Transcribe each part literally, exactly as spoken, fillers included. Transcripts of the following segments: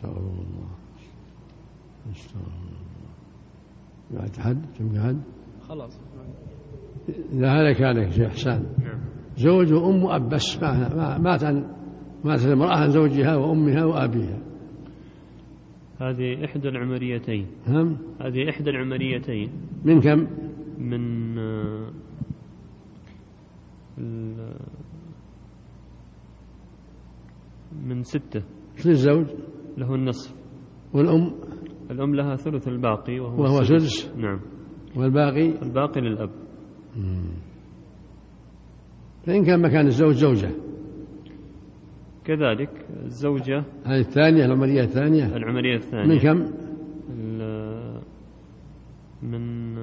استغفر الله استغفر الله. بعد حد كم حد خلاص. إذا هذا كان يا شيخ إحسان زوج وأم وأب بس مات عن ماتت المرأة عن زوجها وأمها وأبيها. هذه إحدى العمريتين. هم؟ هذه إحدى العمريتين. من كم؟ من من ستة. مثل الزوج له النصف. والأم؟ الأم لها ثلث الباقي وهو, وهو سدس. نعم. والباقي؟ الباقي للأب. مم. فإن كان مكان الزوج زوجة كذلك الزوجة. هذه الثانية العمرية الثانية. العمرية الثانية من كم؟ من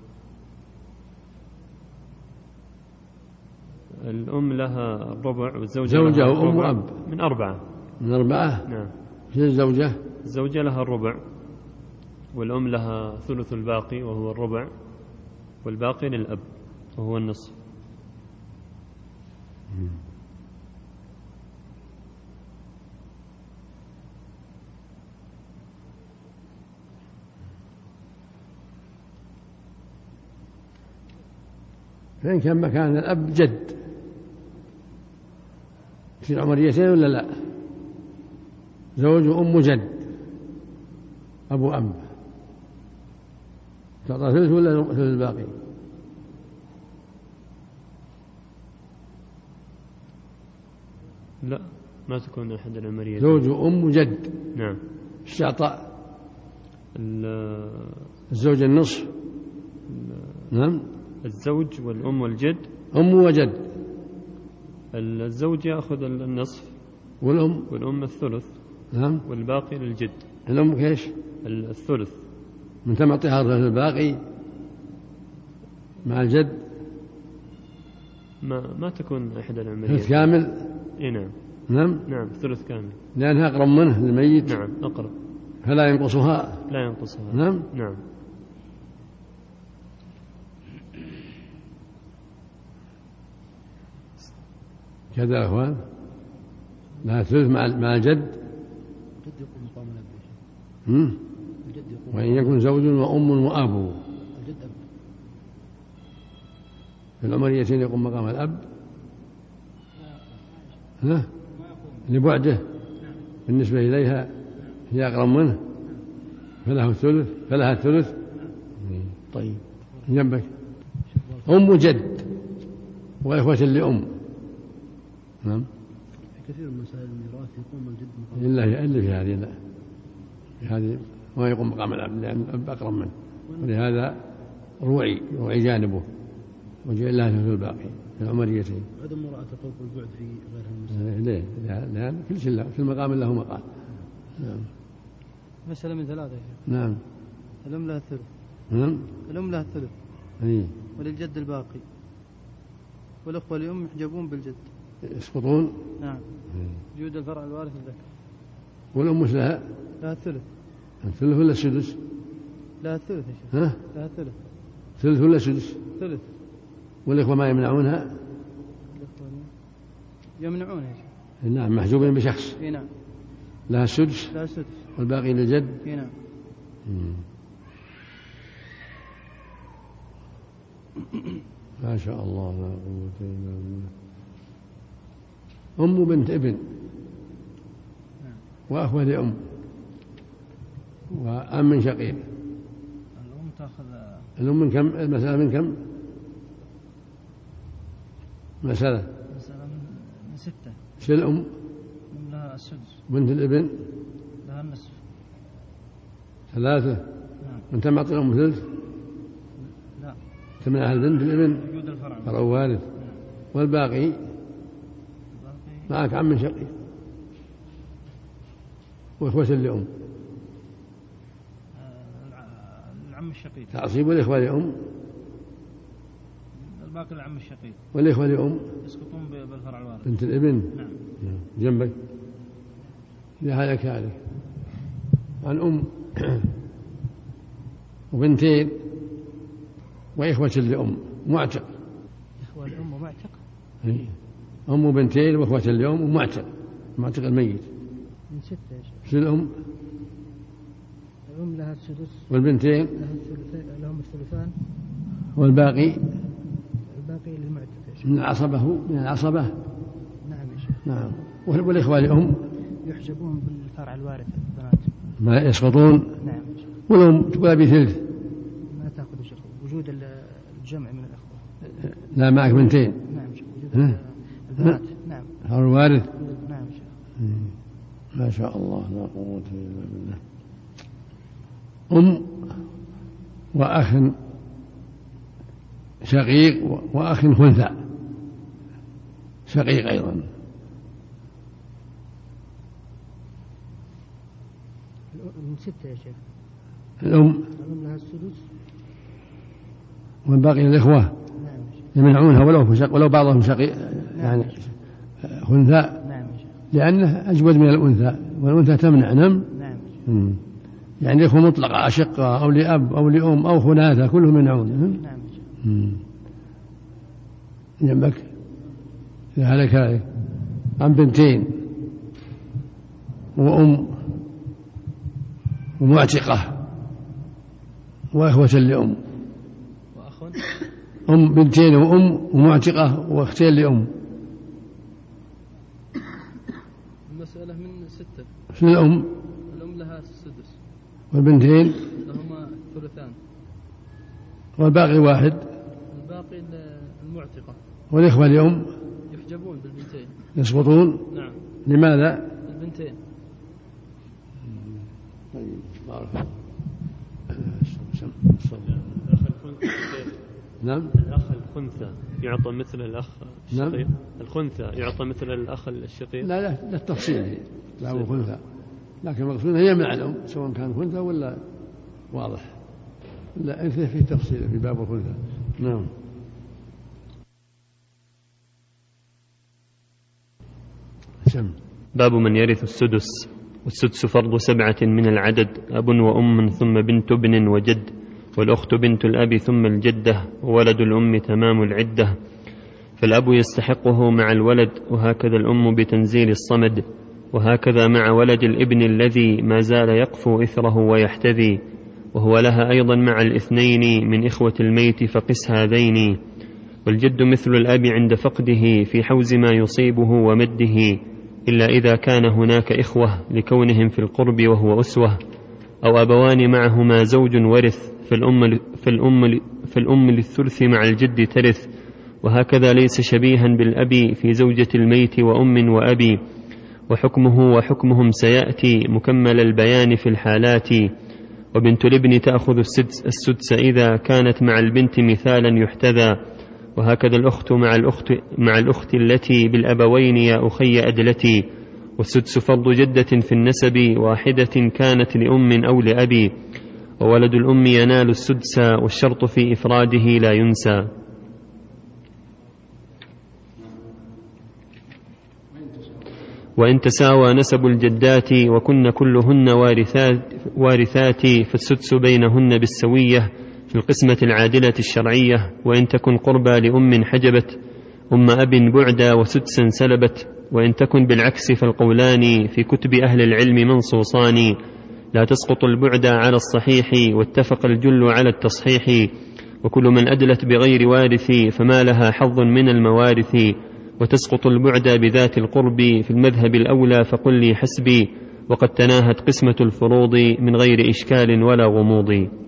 الأم لها الربع والزوجة زوجة وأم وأب. من أربعة. من أربعة. نعم. في الزوجة؟ الزوجة لها الربع والأم لها ثلث الباقي وهو الربع والباقي للأب وهو النصف. فإن كان مكان الأب جد في العمريتين ولا لا؟ زوج وأم جد أبو أم تعطى ثلث ولا ثلث الباقي؟ لا ما تكون أحد العمريتين. زوج وأم جد. نعم. ايش تعطى؟ الزوج النصف. نعم. الزوج والأم والجد. أم وجد. الزوج يأخذ النصف والأم والأم الثلث. نعم. والباقي للجد. الأم كيش؟ الثلث. من ثم تعطيها الباقي مع الجد ما ما تكون إحدى العمريتين. ثلث كامل. إيه نعم. نعم. نعم ثلث كامل. لأنها أقرب منه للميت. نعم أقرب. فلا ينقصها. لا ينقصها. نعم. نعم. كذا يا أخوان لها ثلث مع مع الجد. الجد يقوم مقام الأب. وإن يكن زوج وأم وأب. الجد أب. في العمريتين يقوم مقام الأب. ها؟ لبعده بالنسبة إليها هي أقرب منه فله الثلث فلها الثلث. طيب جنبك أم جد وإخوة لأم. نعم. في كثير من مسائل الميراث يقوم الجد مقام إلا إلا في هذه لا في هذه ما يقوم مقام الأب لأن الأب أقرب منه ولهذا روعي روعي جانبه وجعل لها ثلث الباقي في العمريتين. عدم مراعاة فوق البعد في غيرها المسائل. ليه؟ لأن كل شيء في المقام له مقام. نعم. مسألة من ثلاثة يا شيخ. نعم. الأم لها الثلث. نعم. الأم لها الثلث. إيه. وللجد الباقي والأخوة الأم يحجبون بالجد. يسقطون. نعم. جود الفرع الوارث الذكر. والأم وش لها؟ لها الثلث. الثلث ولا السدس؟ لها الثلث يا شيخ. ها؟ لها الثلث. ثلث ولا سدس؟ ثلث. والإخوة ما يمنعونها؟ الإخوة يمنعونها يا شيخ. نعم محجوبين بشخص. اي نعم. لها السدس. لها السدس. والباقي للجد. اي نعم. ما شاء الله لا قوة إلا بالله. أم بنت ابن وأخوة لأم وأم شقيق. الأم تأخذ الأم من كم؟ المسألة من كم؟ مسألة مسألة من ستة. شو الأم؟ الأم لها السدس. بنت الابن لها النصف. ثلاثة. نعم. أنت معطي الأم ثلث؟ لا. تمنعها البنت الابن وجود الفرع. فرع وارث. والباقي معك عم شقيق وإخوة لأم. العم الشقيق. تعصيب والإخوة لأم. الباقي العم الشقيق. والإخوة لأم يسقطون بالفرع الوارث. بنت الابن. نعم. جنبك لها كذلك عن أم وبنتين وإخوة لأم معتق. إخوة الأم ومعتق. أم وبنتين وإخوة لأم ومعتق معتق الميت. من ستة يا شيخ. شو الأم؟ الأم لها السدس والبنتين لها الثلثين لهم الثلثان والباقي الباقي للمعتق يا شيخ. من العصبة من العصبة. نعم يا شيخ. نعم. والإخوة لأم يحجبون بالفرع الوارث البنات ما يسقطون. نعم يا شيخ. والأم تقول أبي ثلث. ما تأخذ يا شيخ وجود الجمع من الأخوة. لا معك بنتين. نعم يا شيخ وجود البنات. نعم. هو الوارث. نعم يا شيخ. ما شاء الله لا قوة إلا بالله. أم وأخ شقيق وأخ خنثى شقيق أيضا. من ستة يا شيخ. الأم الأم لها السدس والباقي الإخوة. نعم يا شيخ. يمنعونها ولو شق ولو بعضهم شقيق يعني خنثى. نعم يا شيخ. لأنه أجود من الأنثى والأنثى تمنع. نعم. نعم. مم. يعني إخوة مطلقة أشقة أو لأب أو لأم أو خناثة كلهم يمنعون. نعم يا شيخ. جنبك هلك هذه عن بنتين وأم ومعتقة وإخوة لأم. وأخ أم بنتين وأم ومعتقة وأختين لأم. المسألة من ستة. شنو الأم؟ الأم لها السدس والبنتين لهما ثلثان والباقي واحد. الباقي المعتقة. والإخوة لأم يحجبون بالبنتين. يسقطون. نعم. لماذا؟ البنتين. طيب بارك نعم. الأخ الخنثى يعطى مثل الأخ الشقيق. نعم. الخنثى يعطى مثل الأخ الشقيق. لا لا لا التفصيل لا هو خنثى لكن المقصود هي يمنع الأم سواء كان خنثى ولا واضح. لا في تفصيل في باب الخنثى. نعم. سم. باب من يرث السدس. والسدس فرض سبعة من العدد أب وأم ثم بنت ابن وجد والأخت بنت الأب ثم الجدة وولد الأم تمام العدة. فالأب يستحقه مع الولد وهكذا الأم بتنزيل الصمد وهكذا مع ولد الابن الذي ما زال يقفو إثره ويحتذي وهو لها أيضا مع الاثنين من إخوة الميت فقس هذين. والجد مثل الأب عند فقده في حوز ما يصيبه ومده إلا إذا كان هناك إخوة لكونهم في القرب وهو أسوة أو أبوان معهما زوج ورث فالأم, فالأم, فالأم للثلث مع الجد ترث. وهكذا ليس شبيها بالأب في زوجة الميت وأم وأبي وحكمه وحكمهم سيأتي مكمل البيان في الحالات. وبنت الابن تأخذ السدس, السدس إذا كانت مع البنت مثالا يحتذى. وهكذا الأخت مع الأخت, مع الأخت التي بالأبوين يا أخي أدلتي. والسدس فرض جدة في النسب واحدة كانت لأم أو لأبي وولد الأم ينال السدس والشرط في إفراده لا ينسى. وإن تساوى نسب الجدات وكن كلهن وارثات, وارثات فالسدس بينهن بالسوية في القسمة العادلة الشرعية. وإن تكن قربى لأم حجبت أم أب بعدا وسدسا سلبت. وإن تكن بالعكس فالقولان في كتب أهل العلم منصوصان لا تسقط البعد على الصحيح واتفق الجل على التصحيح. وكل من أدلت بغير وارث فما لها حظ من الموارث وتسقط البعد بذات القرب في المذهب الأولى فقل لي حسبي وقد تناهت قسمة الفروض من غير إشكال ولا غموض.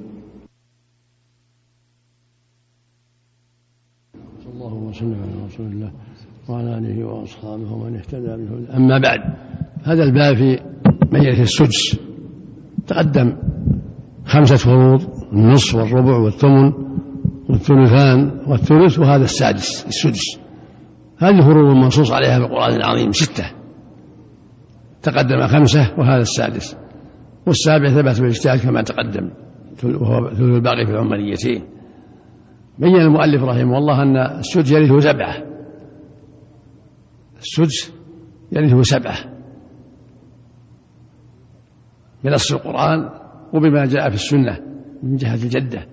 صلى الله وسلم على رسول الله وعلى آله وأصحابه ومن اهتدى به. أما بعد هذا الباب في من يرث السدس تقدم خمسة فروض النصف والربع والثمن والثلثان والثلث وهذا السادس السدس. هذه فروض المنصوص عليها في القرآن العظيم ستة تقدم خمسة وهذا السادس والسابع ثبت بالاجتهاد كما تقدم وهو ثلث الباقي في العمريتين. بين المؤلف رحمه الله أن السدس يرثه سبعة السدس يرثه سبعة بنص القرآن وبما جاء في السنة من جهة الجدة.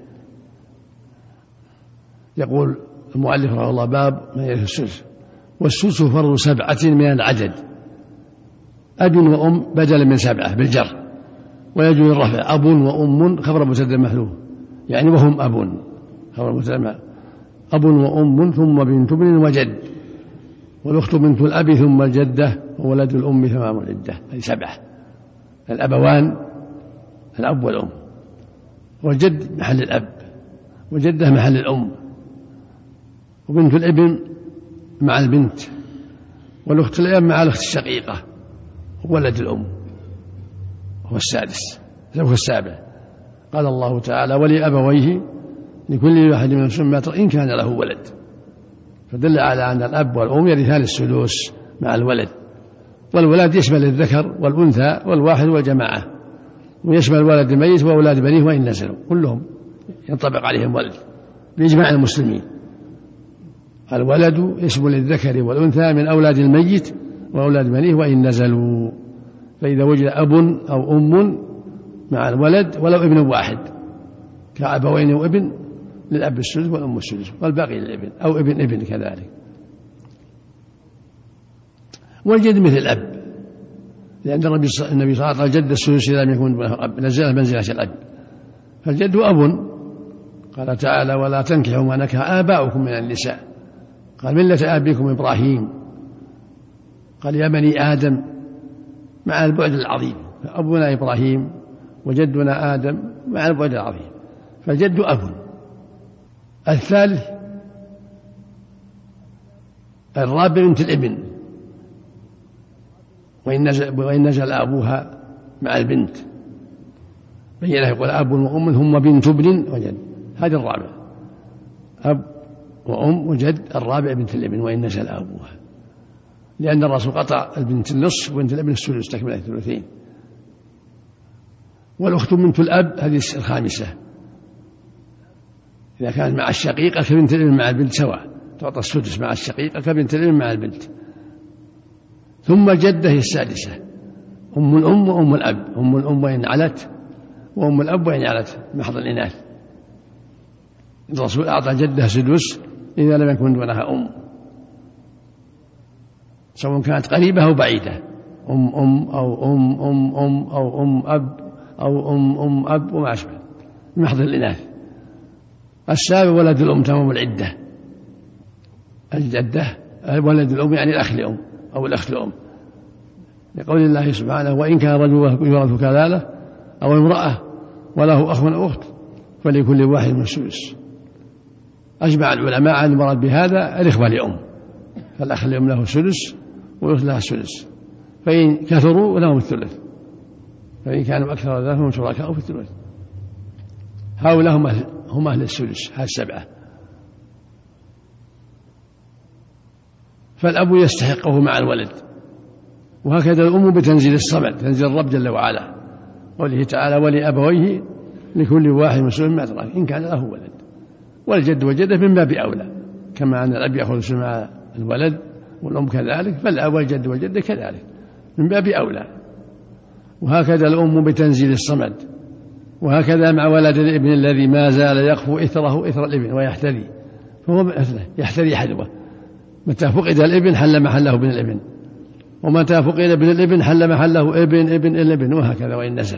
يقول المؤلف رحمه الله باب ما يرث السدس. والسدس فرض سبعة من العدد أب وأم بدلا من سبعة بالجر، ويجوز الرفع أب وأم خبر مبتدأ محذوف، يعني وهم أب خبر مبتدأ، أب وأم ثم بنت ابن وجد، والأخت بنت الأب ثم الجدة، وولد الأم تمام العدة. هذه سبعة. الأبوان الأب والأم، والجد محل الأب، والجدة محل الأم، وبنت الابن مع البنت، والأخت الأب مع الأخت الشقيقة، وولد الأم هو السادس هو السابع. قال الله تعالى ولأبويه لكل واحد من ثم إن كان له ولد، فدل على أن الأب والأم يرثان السدس مع الولد، والولد يشمل الذكر والأنثى والواحد والجماعة، ويشمل ولد الميت وأولاد بنيه وإن نزلوا، كلهم ينطبق عليهم ولد بإجماع المسلمين. الولد يشمل الذكر والأنثى من أولاد الميت وأولاد بنيه وإن نزلوا، فإذا وجد أب أو أم مع الولد ولو ابن واحد كأبوين وابن للأب السدس والأم السدس، والباقي للابن أو ابن ابن كذلك. والجد مثل الأب، لأن النبي صلى الله عليه وسلم قال جد السدس إذا لم يكن له أب، نزله منزلة الأب، فالجد أب. قال تعالى ولا تنكحوا ما نكح آباؤكم من النساء، قال ملة آبيكم إبراهيم، قال يا بني آدم مع البعد العظيم، فأبونا إبراهيم وجدنا آدم مع البعد العظيم، فالجد أب. الثالث الرابع بنت الابن، وإن نزل, وإن نزل أبوها مع البنت، بينه يقول أب وأم ثم بنت ابن وجد، هذا الرابع أب وأم وجد. الرابع بنت الابن وإن نزل أبوها، لأن الرسول قطع البنت النصف وبنت الابن الثلث تكملة الثلثين. والأخت بنت الأب هذه الخامسة، إذا كانت مع الشقيقة كبنت الابن مع البنت سواء، تعطى السدس مع الشقيقة كبنت الابن مع البنت. ثم الجدة هي السادسة، أم الأم وأم الأب، أم الأم وإن علت وأم الأب وإن علت محض الإناث. الرسول أعطى جدها سدس إذا لم يكن دونها أم، سواء كانت قريبة أو بعيدة، أم أم أو أم أم أم أو أم أب أو أم أم أب وما أشبه محض الإناث. السابع ولد الأم تمام العدة، الجدة ولد الأم يعني الأخ لأم أو الأخت لأم، لقول الله سبحانه وإن كان رجل يورث كلالة أو امرأة وله أخ أو أخت فلكل واحد من السدس. أجمع العلماء على المراد بهذا الإخوة لأم، فالأخ لأم له السدس والأخت لها السدس، فإن كثروا لهم الثلث، فإن كانوا أكثر ذلك فهم شركاء في الثلث. هؤلاء هم أهل السدس، هذه السبعة. فالأب يستحقه مع الولد، وهكذا الأم بتنزيل الصمد، تنزيل الرب جل وعلا، قوله تعالى ولأبويه لكل واحد مسلم ما ترك إن كان له ولد. والجد والجدة من باب أولى، كما أن الأب يأخذ مع الولد والأم كذلك، فالأب والجد والجدة كذلك من باب أولى. وهكذا الأم بتنزيل الصمد، وهكذا مع ولد الابن الذي ما زال يقفو إثره إثر الابن ويحتذي، فهو مثله يحتذي حذوه، متى فقد الابن حل محله ابن الابن، ومتى فقد ابن الابن حل محله ابن ابن الابن، وهكذا وإن نزل.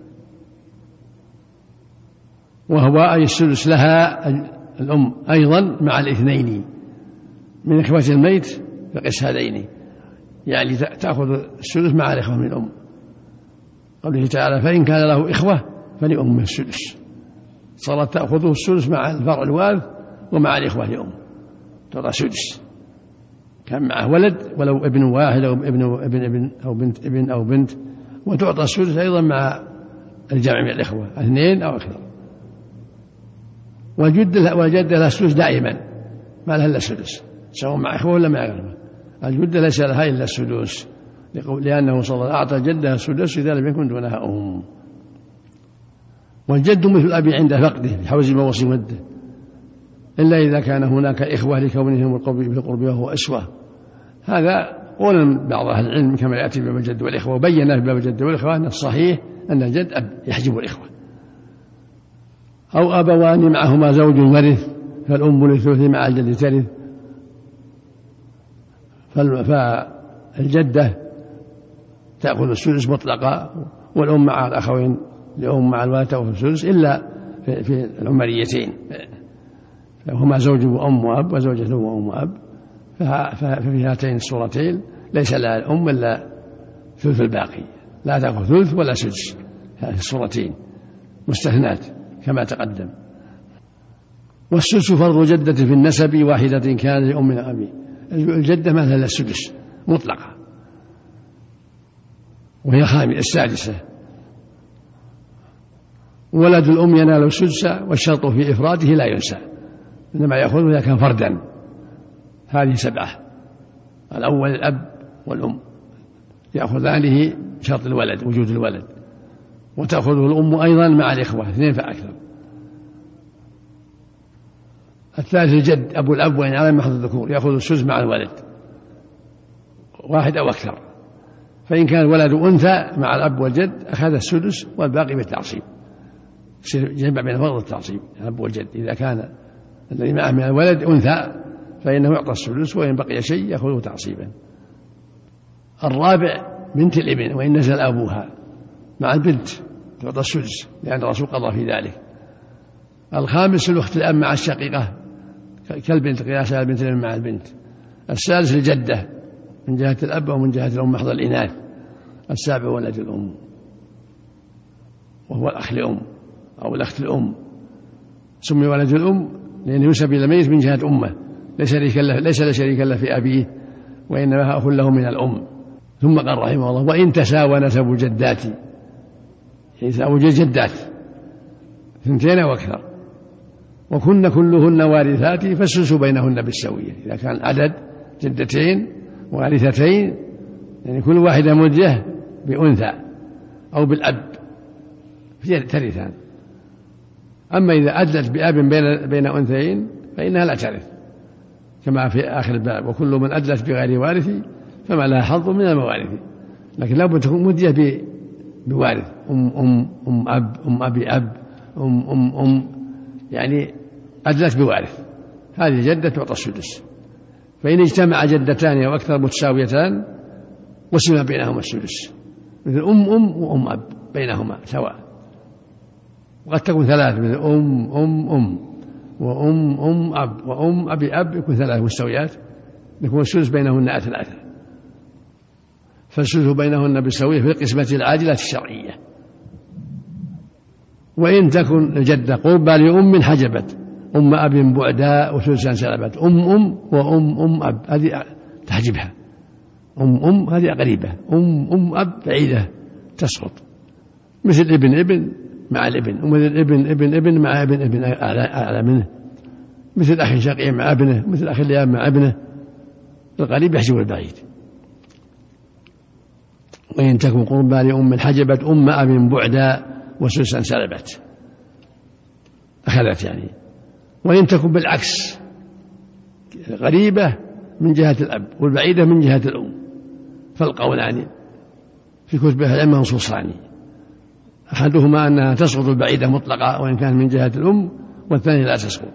وهو أي السدس لها الأم أيضا مع الاثنين من إخوة الميت فقس هذين، يعني تأخذ السدس مع الإخوة من الأم، قوله تعالى فإن كان له إخوة فلأمه السدس، صارت تأخذه السدس مع الفرع الوارث ومع الإخوة لأم، تعطى سدس. كان معه ولد ولو ابن واحد أو ابن ابن ابن أو بنت ابن أو بنت، وتعطى السدس أيضا مع الجمع من الإخوة اثنين أو أكثر. والجد والجد لها السدس دائما، ما لها إلا السدس سواء مع إخوة ولا مع غيرها. الجد ليس لها إلا السدس، لأنه صلى الله عليه وسلم أعطى جدها السدس إذا لم يكن دونها أم. والجد مثل الأب عند فقده بحوز الموصي مده، إلا إذا كان هناك إخوة لكونهم بالقرب وهو أسوة. هذا قول بعض أهل العلم كما يأتي باب الجد والإخوة، وبين في باب الجد والإخوة أن الصحيح أن الجد أب يحجب الإخوة. أو أبوان معهما زوج ورث فالأم للثلث مع الجد ترث، فالجدة تأخذ السدس مطلقا، والأم مع الأخوين لأم مع الوالد تأخذ السدس إلا في العمريتين، فهما زوج وأم وأب وزوجة وأم وأب، ففي هاتين الصورتين ليس لها الأم إلا ثلث الباقي، لا تأخذ ثلث ولا سدس، هذه الصورتين مستثنات كما تقدم. والسدس فرض جدة في النسب واحدة كان لأم أبي، الجدة ما لها السدس مطلقة وهي خامسة السادسة. ولد الأم ينال السدس والشرط في إفراده لا ينسى، إنما يأخذه إذا كان فردا. هذه سبعة: الأول الأب والأم يأخذانه شرط الولد وجود الولد، وتأخذه الأم أيضا مع الإخوة اثنين فأكثر. الثالث الجد أبو الأب وإن على محض الذكور يأخذ السدس مع الولد واحد أو أكثر، فإن كان الولد أنثى مع الأب والجد أخذ السدس والباقي بالتعصيب، جمع بين فرض التعصيب الأب والجد. إذا كان الذي معه من الولد أنثى فإنه يعطى السدس، وإن بقي شيء يأخذه تعصيبا. الرابع بنت الابن وإن نزل أبوها مع البنت تعطى السدس، لأن الرسول قضى في ذلك. الخامس الأخت الأب مع الشقيقة كالبنت قياس على البنت مع البنت. السادس الجدة من جهة الأب ومن جهة الأم محض الإناث. السابع ولد الأم وهو الأخ لأم أو الأخت الأم، سمي ولد الأم لأنه ينسب إلى الميت من جهة أمه، ليس ليس لشريك له في أبيه، وإنما أخ له من الأم. ثم قال رحمه الله: وإن تساوى نسب الجدات، يساوي جدات اثنتين وأكثر، وكن كلهن وارثات فالسدس بينهن بالسوية. إذا كان عدد جدتين وارثتين يعني كل واحدة مدية بأنثى أو بالأب ترثان. أما إذا أدلت بأب بين, بين أنثيين فإنها لا ترث، كما في آخر الباب: وكل من أدلت بغير وارث فما لها حظ من الموارث. لكن لابد تكون مدية بوارث، أم أم أم أب أم أبي أب أم أم أم يعني أدلت بوارث، هذه جدة تعطى السدس. فإن اجتمع جدتان أو أكثر متساويتان قسم بينهما السدس، مثل أم أم وأم أب بينهما سواء. وقد تكون ثلاث، مثل أم أم أم وأم أم أب وأم أبي أب، يكون ثلاث مستويات، يكون السدس بينهن ثلاثة. فالسدس بينهن بالسوية في القسمة العاجلة الشرعية. وإن تكن الجدة قربى لأم حجبت أم أب بعداء وسدسا سلبت، أم أم وأم أم أب هذه تحجبها، أم أم هذه قريبة، أم أم أب بعيدة تسقط، مثل ابن ابن مع الابن، ومثل ابن ابن ابن مع ابن ابن أعلى منه، مثل أخ شقيق مع ابنه، مثل أخ الياب مع ابنه. القريب يحجب البعيد. وإن تكن قربى لأم حجبت أم أب بعداء وسدسا سلبت أخذت يعني. وإن تكن بالعكس غريبة من جهة الأب والبعيدة من جهة الأم، فالقولان في كتب أهل العلم منصوصان: أحدهما أنها تسقط البعيدة مطلقة وإن كان من جهة الأم، والثاني لا تسقط.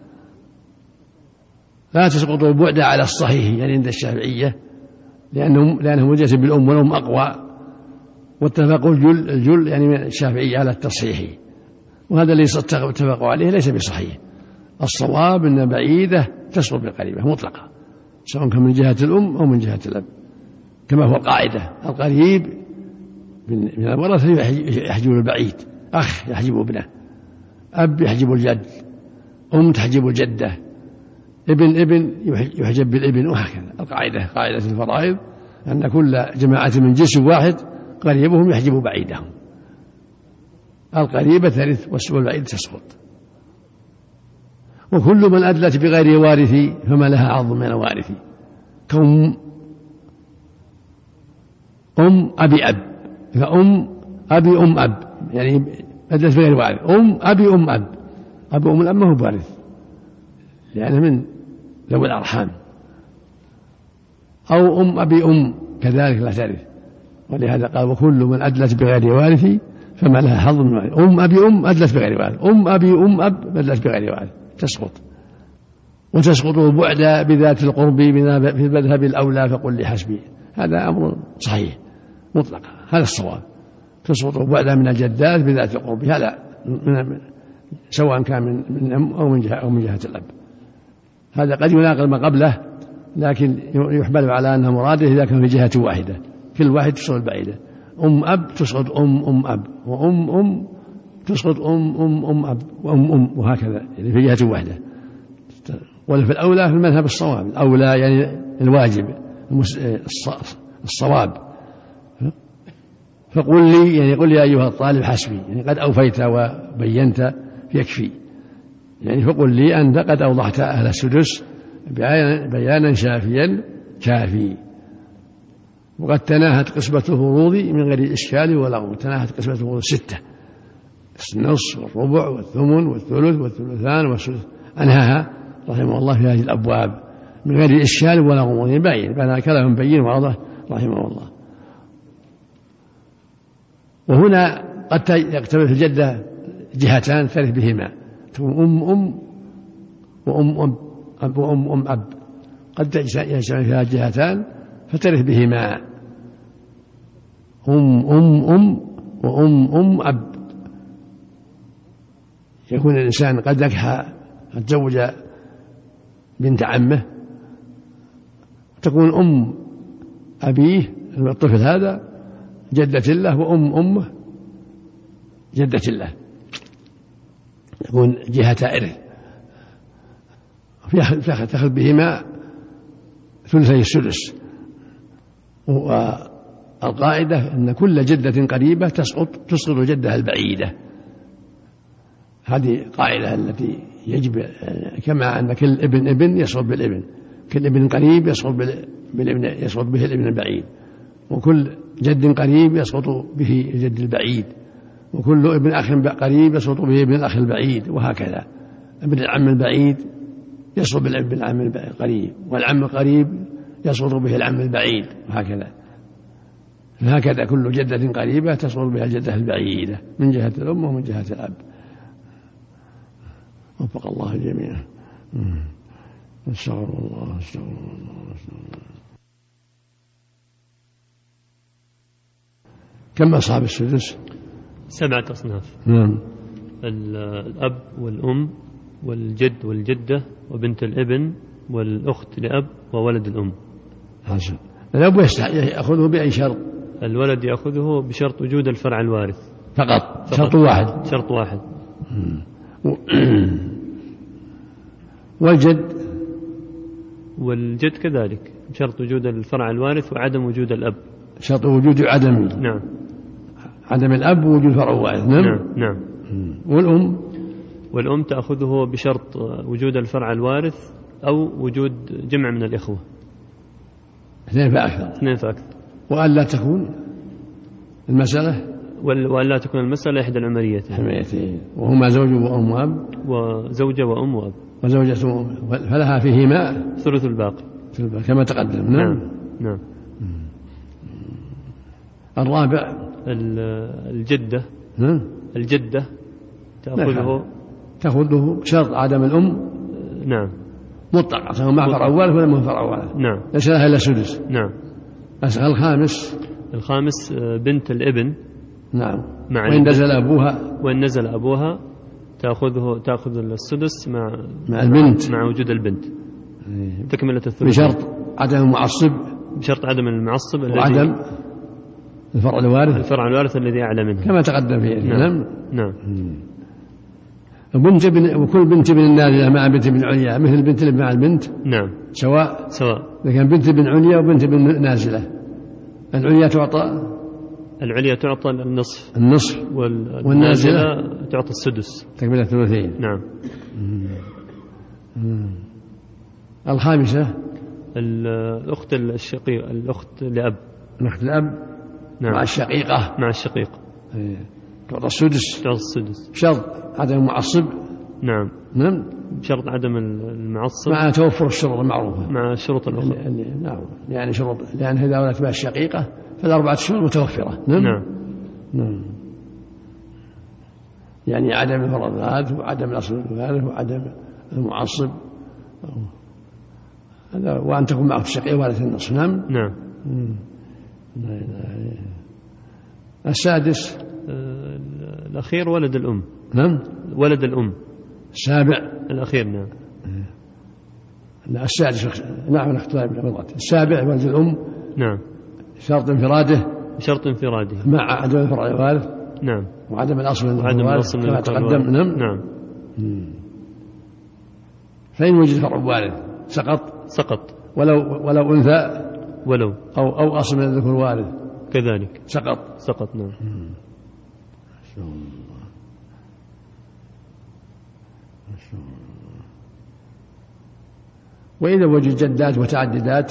لا تسقط البعد على الصحيح يعني عند الشافعية، لأنهم لأنهم وجدت بالأم والأم أقوى، واتفقوا الجل الجل يعني الشافعية على التصحيح، وهذا اللي اتفقوا عليه ليس بصحيح. الصواب أن بعيدة تسقط بالقريبة مطلقة، سواء كان من جهة الأم أو من جهة الأب، كما هو القاعدة: القريب من الورثة يحجب البعيد، أخ يحجب ابنه، أب يحجب الجد، أم تحجب الجدة، ابن ابن يحجب بالابن، وهكذا. القاعدة قاعدة الفرائض أن كل جماعة من جنس واحد قريبهم يحجب بعيدهم، القريبة ترث والبعيد تسقط. وكل من أدلت بغير وارث فما لها عض من الوارث، كأم أم أبي أب، فأم أبي أم أب يعني أدلت بغير وارث، أم أبي أم أب، أبي أم الأب ما هو بوارث لأنه من ذوي الأرحام، أو أم أبي أم كذلك لا ترث. ولهذا قال: وكل من أدلت بغير وارث فما لها حظ من الوارث. أم أبي أم أدلت بغير وارث، أم أبي أم أب أدلت بغير وارث تسقط. وتسقط بعد بذات القرب في المذهب الأولى فقل لحسبي، هذا أمر صحيح مطلقة، هذا الصواب. تسقط بعدها من الجدات بذات قربها لا، سواء كان من من أم أو من جهة أو من جهة الأب. هذا قد يناقض ما قبله، لكن يحمل على أنها مرادة إذا كان في جهة واحدة، كل واحد تسقط بعيدة. أم أب تسقط أم أم أب، وأم أم تسقط أم أم أم أب، وأم أم، وهكذا يعني في جهة واحدة. وفي الأولى في المذهب الصواب، الأولى يعني الواجب الصواب. فقل لي يعني قل يا أيها الطالب حسبي، يعني قد أوفيت وبينت يكفي، يعني فقل لي أنت قد أوضحت أهل السدس بيانا شافيا كافي. وقد تناهت قسمة الفروض من غير إشكال ولغو، تناهت قسمة الفروض ستة: النصف والربع والثمن والثلث والثلثان والثلث، أنهاها رحمه الله في هذه الأبواب من غير إشكال ولغو، يبين بأنها كلام بين واضح رحمه الله. وهنا قد يقترب في الجدة جهتان ترث بهما، تكون أم أم وأم أم أب وأم أم أب، قد يجتمع فيها جهتان فترث بهما أم أم أم وأم أم أب. يكون الإنسان قد نكح تزوج بنت عمه، تكون أم أبيه الطفل هذا جدة له، وأم أمه جدة له، يكون جهة إرث، تأخذ بهما ثلثي السدس. والقاعدة أن كل جدة قريبة تسقط تسقط جدها البعيدة، هذه قاعدة التي يجب، كما أن كل ابن ابن يسقط بالابن، كل ابن قريب يسقط بالابن يسقط به الابن البعيد، وكل جد قريب يسقط به الجد البعيد، وكل ابن أخ قريب يسقط به ابن الأخ البعيد، وهكذا. ابن العم البعيد يسقط بالابن العم القريب، والعم القريب يسقط به العم البعيد، وهكذا. هكذا كل جدة قريبة تسقط بها الجدة البعيدة من جهة الأم ومن جهة الأب. وفق الله الجميع. استغفر الله استغفر الله استغفر الله. كم أصحاب السدس؟ سبعة أصناف. نعم. الأب والأم والجد والجدة وبنت الابن والأخت لأب وولد الأم. حسن. الأب يأخذه بأي شرط؟ الولد يأخذه بشرط وجود الفرع الوارث فقط, فقط. شرط واحد. شرط واحد. والجد؟ والجد كذلك بشرط وجود الفرع الوارث وعدم وجود الأب. شرط وجود عدم. نعم. عدم الأب ووجود فرع وارث. نعم. نعم. نعم. والأم؟ والأم تأخذه بشرط وجود الفرع الوارث أو وجود جمع من الإخوة. اثنين فأكثر. اثنين فأكثر. وأن لا تكون المسألة وأن لا تكون المسألة إحدى العمريتين، وهما زوج وأم وأب. وزوجة وأم وأب. وزوجة وأم، فلها فيهما ثلث الباقي كما تقدم. نعم. نعم. الرابع الجدة. نعم. الجدة تأخذه تأخذه بشرط عدم الأم. نعم. مطلقة، سواء مع فرع وارث ولا مع فرع وارث. نعم. ليس لها إلا سدس. نعم. الخامس الخامس بنت الابن. نعم. وإن نزل أبوها وإن نزل أبوها تأخذه تأخذ السدس مع مع البنت مع وجود البنت. تكملة الثلث بشرط عدم المعصب. بشرط عدم المعصب وعدم الفرع الوارث. الفرع الوارث الذي أعلى منه كما تقدم فيه. نعم. نعم. بنت ابن وكل بنت ابن النازلة مع بنت ابن عليا مثل بنت الابن مع البنت. نعم. سواء سواء. لكن بنت ابن عليا وبنت ابن نازلة، العليا تعطى العليا تعطى النصف النصف والنازلة تعطى السدس تكملة الثلثين. نعم. الخامسة الأخت الشقيقة الأخت لأب. الأخت لأب. نعم. مع الشقيقة. مع الشقيق تعطى السدس. تعطى السدس شرط عدم المعصب. نعم. نعم. بشرط عدم المعصب مع توفر الشروط المعروفة. مع الشروط الأخرى. نعم. يعني شروط، لأن هذا ولد تبع الشقيقة فالأربعة شروط متوفرة. نعم. نعم. نعم. يعني عدم الفرع الثالث وعدم الأصل الثالث وعدم المعصب هذا، وأن تكون معه الشقيقة وارث النصف. نعم. نعم. لا إله إلا الله. السادس آه، الأخير ولد الأم. نعم ولد الأم. السابع الأخير نعم. لا السادس نعم اختلاف بالغلط. السابع ولد الأم نعم شرط انفراده بشرط انفراده مع عدم الفرع الوارث نعم وعدم الأصل من وعدم الوارث الأصل من كما الفرع تقدم. الوارث. نعم نعم. فإن وجد فرع وارث سقط سقط ولو ولو أنثى ولو أو أو أصل من الذكر وارث كذلك سقط. سقط نعم. وإذا وجد جدات متعددات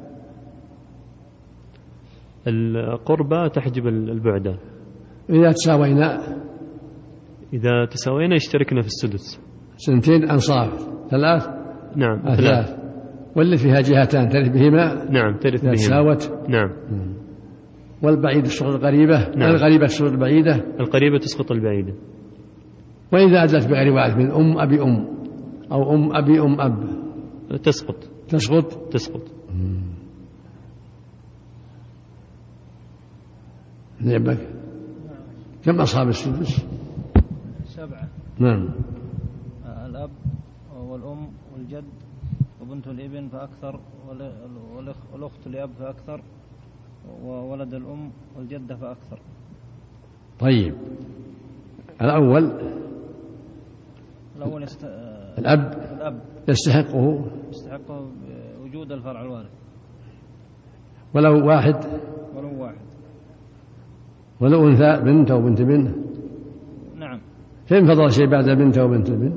القربى تحجب البعدة. إذا تساوينا إذا تساوينا يشتركنا في السدس. سنتين أنصاف ثلاث نعم ثلاث ثلاث. واللي فيها جهتان ترث بهما نعم ترث إذا بهما. تساوت. نعم. والبعيد الصغر القريبة. نعم. القريبة الصغر البعيدة. القريبة تسقط البعيدة. وإذا أدلت بغير وارث من أم أبي أم أو أم أبي أم أب تسقط تسقط. تسقط. نعبك كم أصحاب السدس؟ سبعة. نعم. الأب والأم والجد وبنت الابن فأكثر والأخت لأب فأكثر وولد الأم والجدة فأكثر. طيب الأول الأول يست... الأب الأب يستحقه يستحقه وجود الفرع الوارث ولو واحد ولو واحد ولو أنثى بنت أو بنت ابن. نعم. فإن فضل شيء بعد بنت أو بنت ابن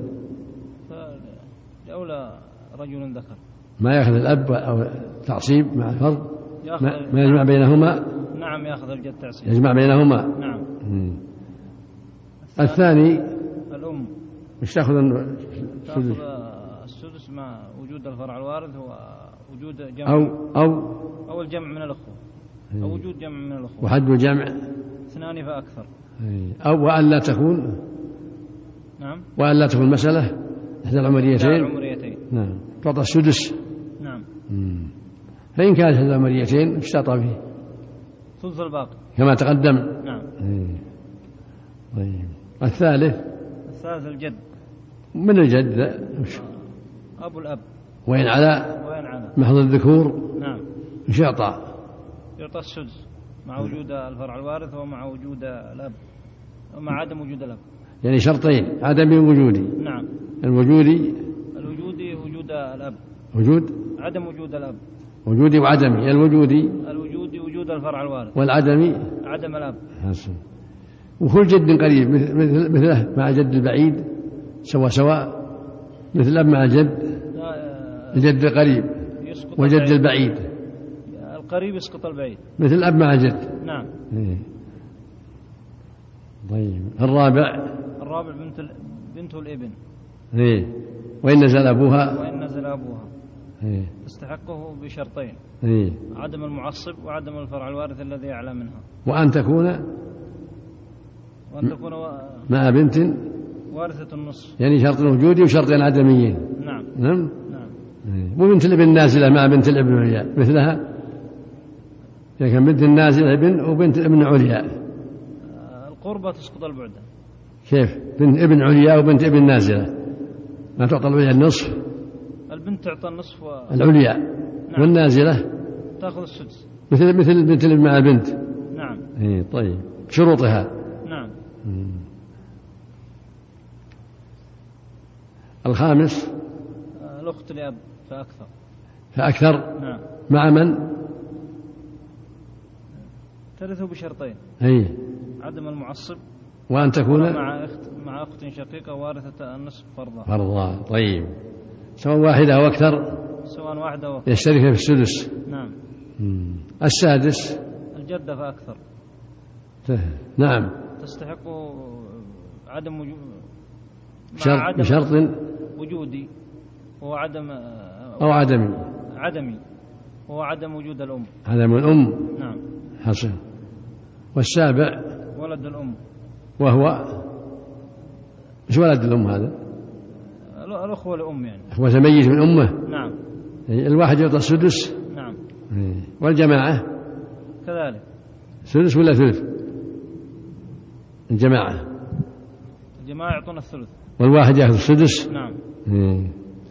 فلأولى رجل ذكر ما يأخذ الأب أو تعصيب مع الفرض يأخذ ما, ما يجمع بينهما. نعم يأخذ الجد تعصيب يجمع بينهما. نعم. مم. الثاني الأم مش تأخذ تأخذ السدس مع وجود الفرع الوارث ووجود جمع أو أو أو الجمع من الأخوة أو وجود جمع من الأخوة. وحد الجمع اثنان فأكثر. أو وأن لا تكون. نعم. وأن لا تكون مسألة إحدى العمريتين. العمريتين. نعم تعطى السدس. نعم. مم. فإن كانت إحدى العمريتين اشتاط فيه ثلث الباقي كما تقدم. نعم. طيب الثالث الثالث الجد من الجد أبو الأب وين على وين على محض الذكور. نعم. ايش يعطى؟ يعطى السدس مع وجود الفرع الوارث ومع وجود الأب ومع عدم وجود الأب. يعني شرطين عدمي ووجودي. نعم. الوجودي الوجودي وجود الأب وجود عدم وجود الأب. وجودي وعدمي. الوجودي الوجودي وجود الفرع الوارث والعدمي عدم الأب. حسن. وكل جد قريب مثل مثله مع جد البعيد سواء سواء مثل الأب مع الجد الجد القريب وجد البعيد. القريب يسقط البعيد مثل الأب مع الجد. نعم. إيه. طيب الرابع الرابع بنت ال... بنت الابن. إيه. وإن نزل أبوها وإن نزل أبوها إيه. تستحقه بشرطين. إيه. عدم المعصب وعدم الفرع الوارث الذي أعلى منها. وأن تكون وأن تكون و... مع بنت وارثة النصف. يعني شرط وجودي وشرطين عدميين. نعم. نعم. نعم. إيه. وبنت الابن نازلة مع بنت الابن عليا مثلها. لكن بنت النازلة ابن وبنت ابن عليا. القربة تسقط البعدة. كيف؟ بنت ابن عليا وبنت ابن نازلة ما تعطى العليا النصف. البنت تعطى النصف و... العليا. نعم. والنازلة تأخذ السدس مثل مثل بنت الابن مع البنت. نعم. اي طيب شروطها. نعم. مم. الخامس الأخت لأب فأكثر. فأكثر. نعم. مع من؟ ترثه بشرطين. اي. عدم المعصب وأن تكون مع أخت مع أخت شقيقة وارثة النصف فرضا. فرضا. طيب سواء واحدة أو أكثر سواء واحدة أو أكثر يشترك في السدس. نعم. مم. السادس الجدة فأكثر. نعم. تستحق عدم وجود شرط عدم بشرط وجودي وهو عدم أو عدمي. عدمي وهو عدم وجود الأم. عدم الأم. نعم. حسن. والسابع ولد الأم وهو ايش ولد الأم هذا؟ الأخوة الأم يعني هو تميز من أمه. نعم. الواحد يعطى السدس. نعم. والجماعة كذلك سدس ولا ثلث؟ الجماعة الجماعة يعطون الثلث والواحد يأخذ السدس. نعم. مم.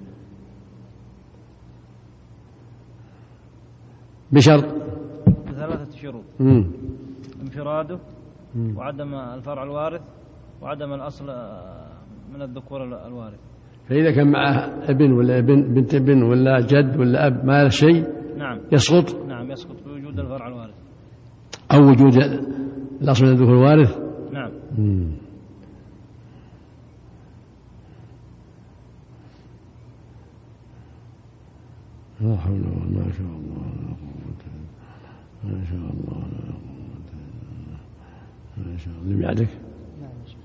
بشرط بثلاثة شروط: مم. انفراده، مم. وعدم الفرع الوارث، وعدم الأصل من الذكور الوارث. فإذا كان معه ابن ولا ابن بنت ابن ولا جد ولا أب ما له شيء نعم يسقط. نعم يسقط بوجود الفرع الوارث أو وجود الأصل من الذكور الوارث. نعم. مم. لا حول ولا قوة ما شاء الله لا قوة ما شاء الله لا قوة ما شاء الله. اللي بعدك. نعم.